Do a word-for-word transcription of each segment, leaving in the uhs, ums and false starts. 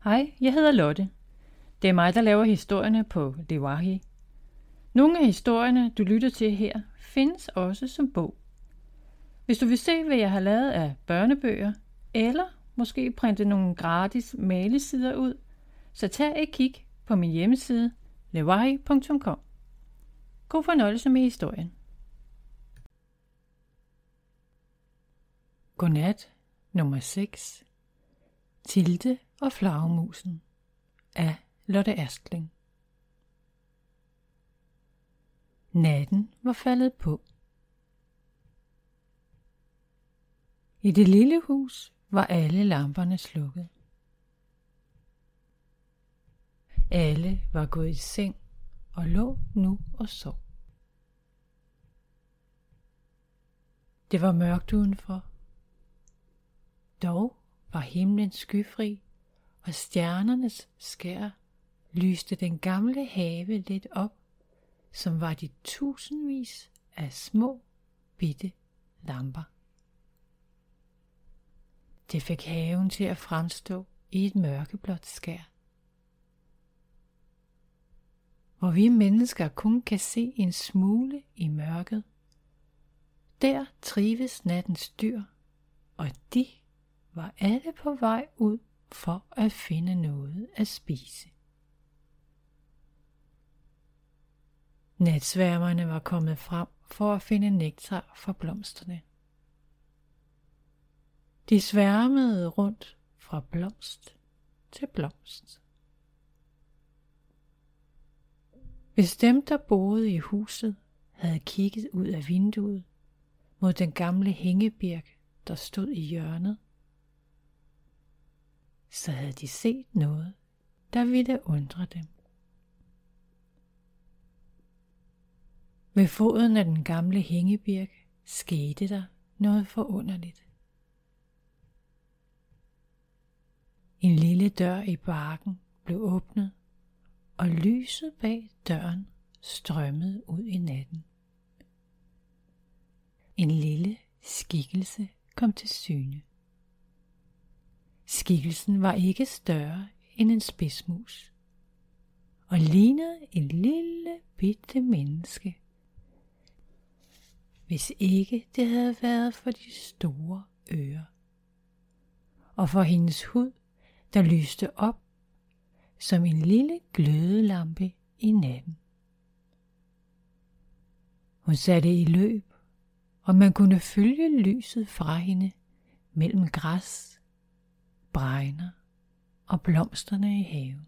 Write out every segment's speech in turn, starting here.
Hej, jeg hedder Lotte. Det er mig, der laver historierne på Lewahi. Nogle af historierne, du lytter til her, findes også som bog. Hvis du vil se, hvad jeg har lavet af børnebøger, eller måske printe nogle gratis malesider ud, så tag et kig på min hjemmeside lewahi punktum com. God fornøjelse med historien. Godnat nummer seks. Tilde og flagermusen af Lotte Erstling. Natten var faldet på. I det lille hus var alle lamperne slukket. Alle var gået i seng og lå nu og sov. Det var mørkt udenfor. Dog var himlen skyfri, og stjernernes skær lyste den gamle have lidt op, som var de tusindvis af små, bitte lamper. Det fik haven til at fremstå i et mørkeblåt skær. Hvor vi mennesker kun kan se en smule i mørket, der trives nattens dyr, og de var alle på vej ud for at finde noget at spise. Natsværmerne var kommet frem for at finde nektar for blomsterne. De sværmede rundt fra blomst til blomst. Hvis dem, der boede i huset, havde kigget ud af vinduet mod den gamle hængebirk, der stod i hjørnet, så havde de set noget, der ville undre dem. Ved foden af den gamle hængebirk skete der noget forunderligt. En lille dør i barken blev åbnet, og lyset bag døren strømmede ud i natten. En lille skikkelse kom til syne. Skikkelsen var ikke større end en spidsmus, og lignede en lille bitte menneske, hvis ikke det havde været for de store ører, og for hendes hud, der lyste op som en lille glødelampe i natten. Hun satte i løb, og man kunne følge lyset fra hende mellem græs, bregner og blomsterne i haven.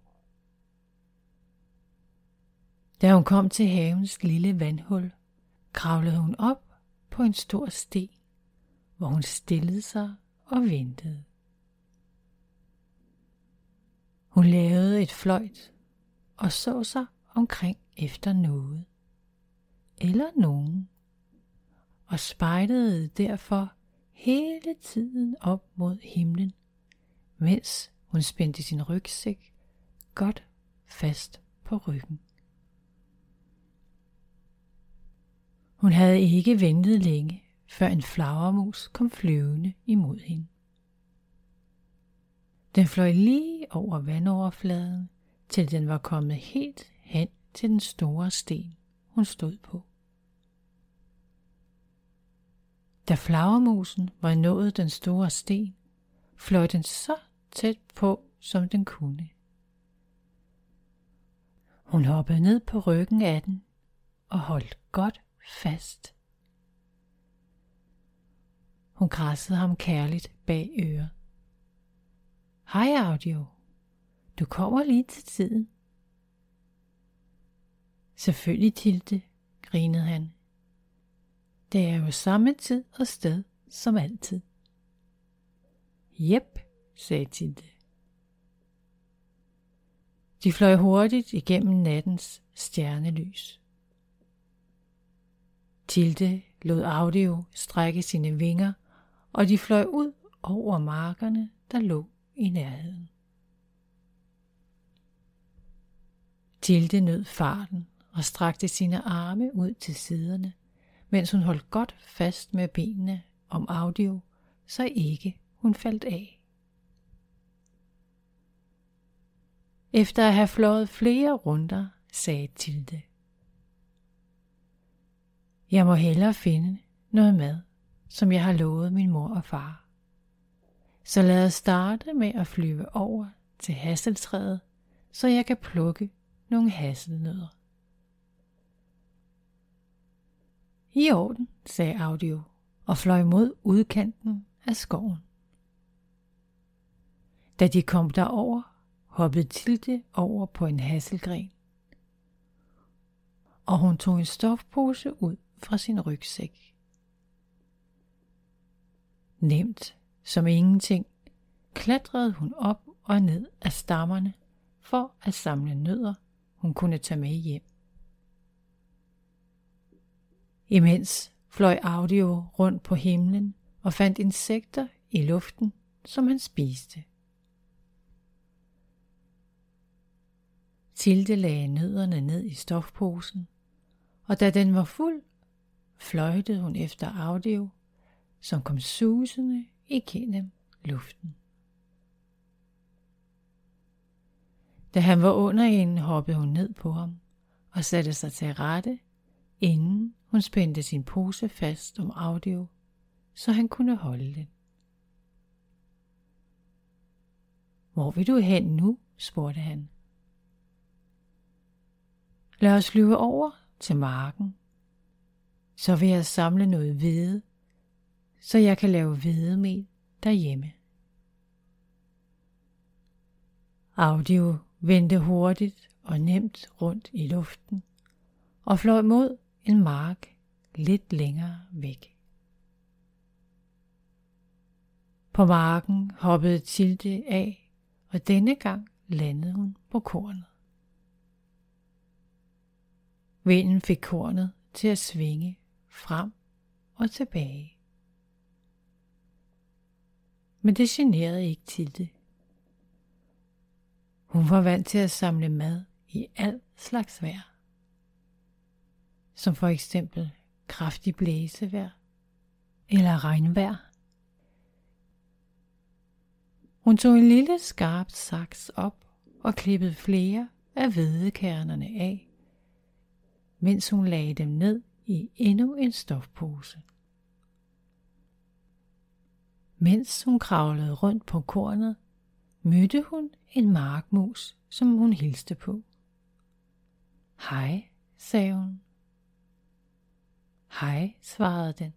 Da hun kom til havens lille vandhul, kravlede hun op på en stor sten, hvor hun stillede sig og ventede. Hun lavede et fløjt og så sig omkring efter noget eller nogen, og spejdede derfor hele tiden op mod himlen, mens hun spændte sin rygsæk godt fast på ryggen. Hun havde ikke ventet længe, før en flagermus kom flyvende imod hende. Den fløj lige over vandoverfladen, til den var kommet helt hen til den store sten, hun stod på. Da flagermusen var nået den store sten, fløj den så tæt på, som den kunne. Hun hoppede ned på ryggen af den og holdt godt fast. Hun kradsede ham kærligt bag øret. Hej Audio, du kommer lige til tiden. Selvfølgelig Tilde, grinede han. Det er jo samme tid og sted som altid. Jep, sagde Tilde. De fløj hurtigt igennem nattens stjernelys. Tilde lod Audio strække sine vinger, og de fløj ud over markerne, der lå i nærheden. Tilde nød farten og strakte sine arme ud til siderne, mens hun holdt godt fast med benene om Audio, så ikke hun faldt af. Efter at have fløjet flere runder, sagde Tilde: Jeg må hellere finde noget mad, som jeg har lovet min mor og far. Så lad os starte med at flyve over til hasseltræet, så jeg kan plukke nogle hasselnødder. I orden, sagde Audio og fløj mod udkanten af skoven. Da de kom derover, hoppede Tilde over på en hasselgren, og hun tog en stofpose ud fra sin rygsæk. Nemt som ingenting klatrede hun op og ned af stammerne for at samle nødder, hun kunne tage med hjem. Imens fløj Audio rundt på himlen og fandt insekter i luften, som han spiste. Tilde lagde nødderne ned i stofposen, og da den var fuld, fløjtede hun efter Audio, som kom susende igennem luften. Da han var under hende, hoppede hun ned på ham og satte sig til rette, inden hun spændte sin pose fast om Audio, så han kunne holde den. Hvor vil du hen nu? Spurgte han. Lad os flyve over til marken, så vil jeg samle noget hvede, så jeg kan lave hvedemel derhjemme. Audio vendte hurtigt og nemt rundt i luften og fløj mod en mark lidt længere væk. På marken hoppede Tilde af, og denne gang landede hun på kornet. Vinden fik kornet til at svinge frem og tilbage. Men det generede ikke Tilde. Hun var vant til at samle mad i al slags vejr, som for eksempel kraftig blæsevejr eller regnvejr. Hun tog en lille skarp saks op og klippede flere af hvedekernerne af, mens hun lagde dem ned i endnu en stofpose. Mens hun kravlede rundt på kornet, mødte hun en markmus, som hun hilste på. Hej, sagde hun. Hej, svarede den.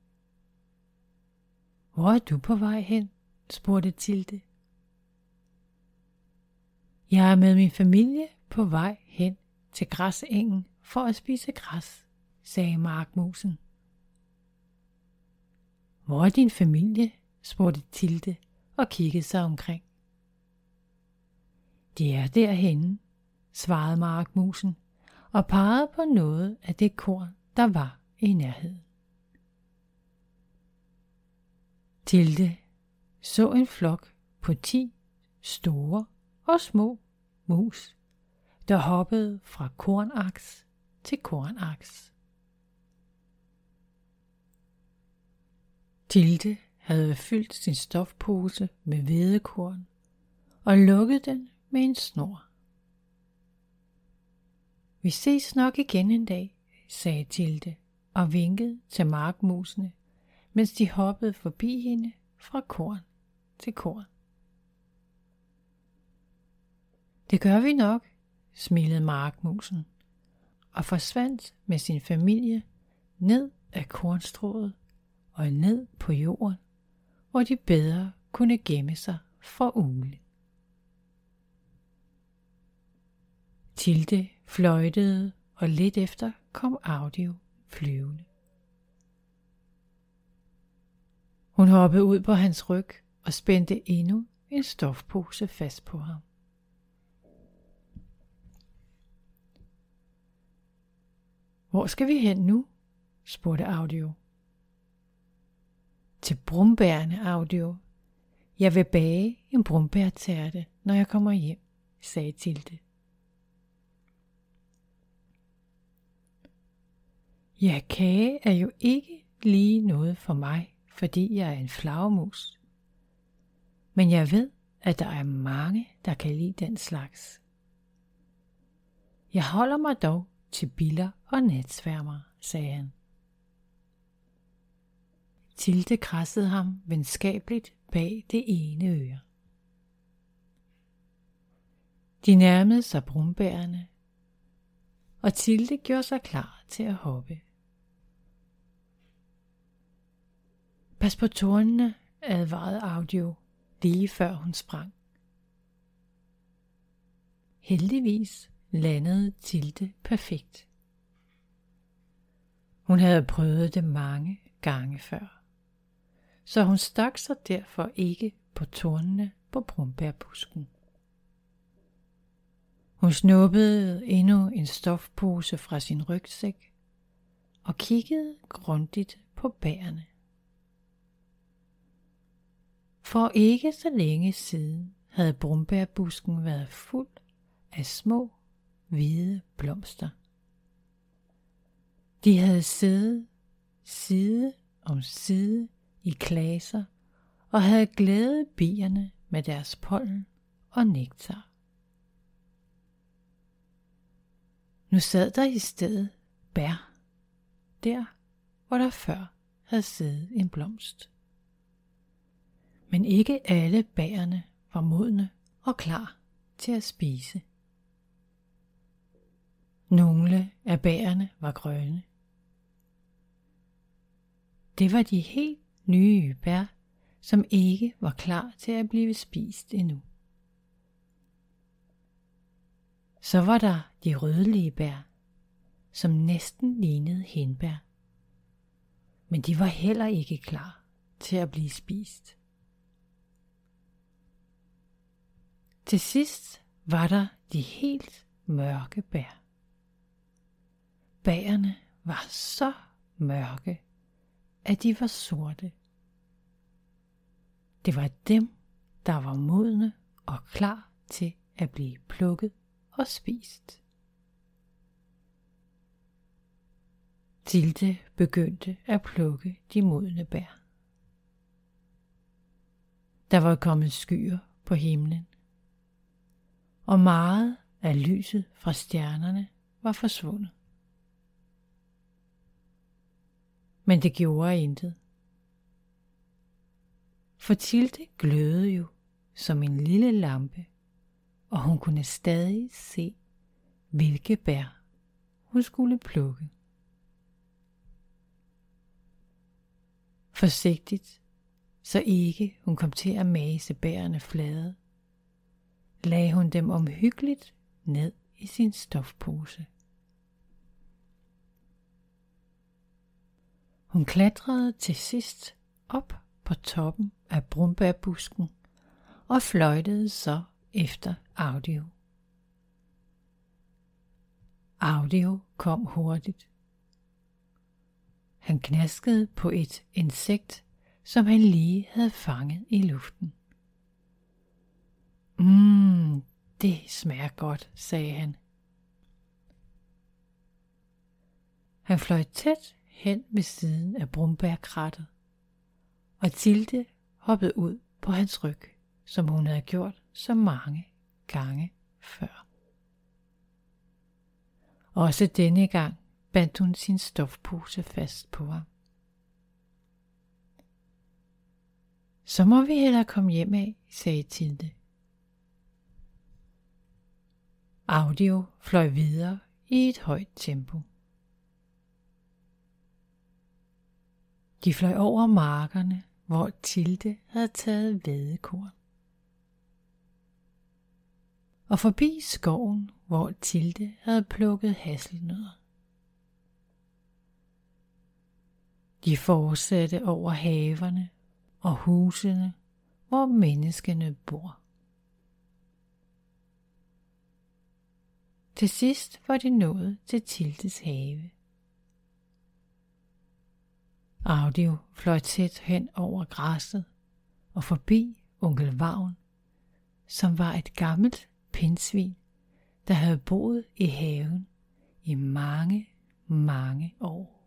Hvor er du på vej hen? Spurgte Tilde. Jeg er med min familie på vej hen til græsengen for at spise græs, sagde markmusen. Hvor er din familie? Spurgte Tilde og kiggede sig omkring. De er derhenne, svarede markmusen og pegede på noget af det korn, der var i nærheden. Tilde så en flok på ti store og små mus, der hoppede fra kornaks til kornaks. Tilde havde fyldt sin stofpose med hvedekorn og lukket den med en snor. Vi ses nok igen en dag, sagde Tilde og vinkede til markmusene, mens de hoppede forbi hende fra korn til korn. Det gør vi nok, smilede markmusen og forsvandt med sin familie ned af kornstrået og ned på jorden, hvor de bedre kunne gemme sig for uglen. Tilde fløjtede, og lidt efter kom Audio flyvende. Hun hoppede ud på hans ryg og spændte endnu en stofpose fast på ham. Hvor skal vi hen nu? Spurgte Audio. Til brumbærene, Audio. Jeg vil bage en brumbærtærte, når jeg kommer hjem, sagde Tilde. Ja, kage er jo ikke lige noget for mig, fordi jeg er en flagermus. Men jeg ved, at der er mange, der kan lide den slags. Jeg holder mig dog til biller og natsværmer, sagde han. Tilde kradsede ham venskabeligt bag det ene øre. De nærmede sig brumbærene, og Tilde gjorde sig klar til at hoppe. Pas på tornene, advarede Audio, lige før hun sprang. Heldigvis landede Tilde perfekt. Hun havde prøvet det mange gange før, så hun stak sig derfor ikke på tornene på brumbærbusken. Hun snuppede endnu en stofpose fra sin rygsæk og kiggede grundigt på bærene. For ikke så længe siden havde brumbærbusken været fuld af små, hvide blomster. De havde siddet side om side i klaser og havde glædet bierne med deres pollen og nektar. Nu sad der i stedet bær, der hvor der før havde siddet en blomst. Men ikke alle bærene var modne og klar til at spise. Nogle af bærene var grønne. Det var de helt nye bær, som ikke var klar til at blive spist endnu. Så var der de rødlige bær, som næsten lignede hindbær. Men de var heller ikke klar til at blive spist. Til sidst var der de helt mørke bær. Bærene var så mørke, at de var sorte. Det var dem, der var modne og klar til at blive plukket og spist. Tilde begyndte at plukke de modne bær. Der var kommet skyer på himlen, og meget af lyset fra stjernerne var forsvundet. Men det gjorde intet. For Tilde glødede jo som en lille lampe, og hun kunne stadig se, hvilke bær hun skulle plukke. Forsigtigt, så ikke hun kom til at mase bærene flade, lagde hun dem omhyggeligt ned i sin stofpose. Hun klatrede til sidst op på toppen af brumbærbusken og fløjtede så efter Audio. Audio kom hurtigt. Han knaskede på et insekt, som han lige havde fanget i luften. Mmm, det smager godt, sagde han. Han fløj tæt hen ved siden af brumbærkrattet, og Tilde hoppede ud på hans ryg, som hun havde gjort så mange gange før. Også denne gang bandt hun sin stofpose fast på ham. Så må vi hellere komme hjem af, sagde Tilde. Audio fløj videre i et højt tempo. De fløj over markerne, hvor Tilde havde taget hvedekorn, og forbi skoven, hvor Tilde havde plukket hasselnødder. De fortsatte over haverne og husene, hvor menneskene bor. Til sidst var de nået til Tildes have. Audio fløj tæt hen over græsset og forbi onkel Vagn, som var et gammelt pindsvin, der havde boet i haven i mange, mange år.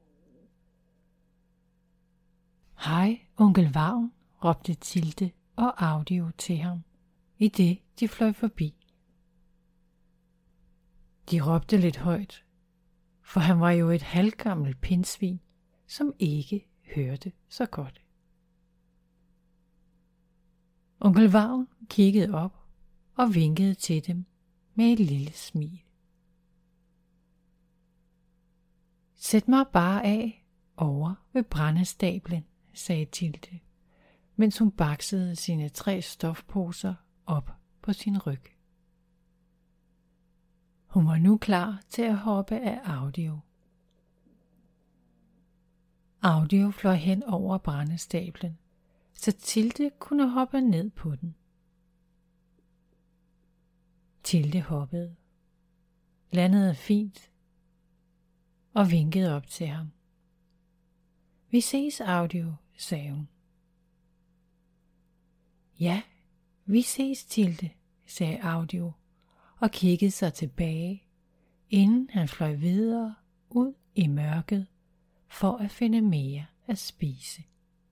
Hej, onkel Vagn, råbte Tilde og Audio til ham, i det de fløj forbi. De råbte lidt højt, for han var jo et halvgammelt pindsvin, som ikke hørte så godt. Onkel Vagn kiggede op og vinkede til dem med et lille smil. Sæt mig bare af over ved brændestablen, sagde Tilde, mens hun baksede sine tre stofposer op på sin ryg. Hun var nu klar til at hoppe af Audio. Audio fløj hen over brændestablen, så Tilde kunne hoppe ned på den. Tilde hoppede, landede fint og vinkede op til ham. Vi ses, Audio, sagde hun. Ja, vi ses, Tilde, sagde Audio og kiggede sig tilbage, inden han fløj videre ud i mørket for at finde mere at spise.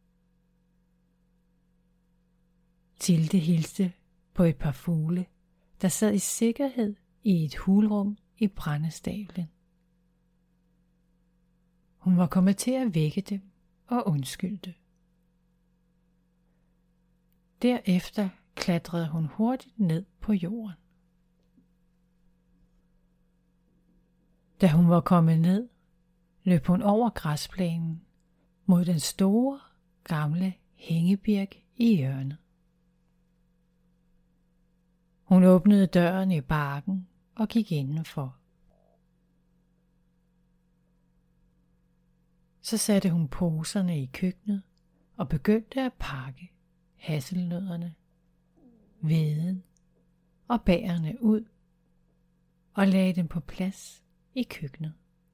Tilde hilste på et par fugle, der sad i sikkerhed i et hulrum i brændestablen. Hun var kommet til at vække dem og undskyldte. Derefter klatrede hun hurtigt ned på jorden. Da hun var kommet ned, løb hun over græsplænen mod den store, gamle hængebirk i hjørnet. Hun åbnede døren i bakken og gik indenfor. Så satte hun poserne i køkkenet og begyndte at pakke hasselnødderne, hveden og bærerne ud og lagde dem på plads i køkkenet.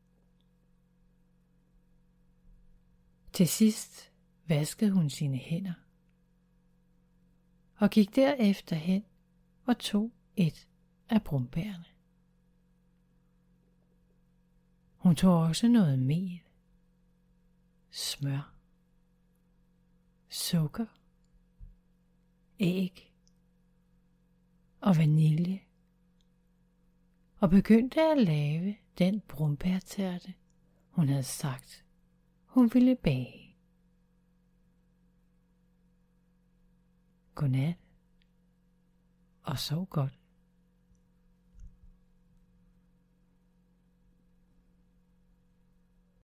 Til sidst vaskede hun sine hænder og gik derefter hen og tog et af brumbærene. Hun tog også noget mel, smør, sukker, æg og vanilje og begyndte at lave den brumbærtærte, hun havde sagt, hun ville bage. Godnat og sov godt.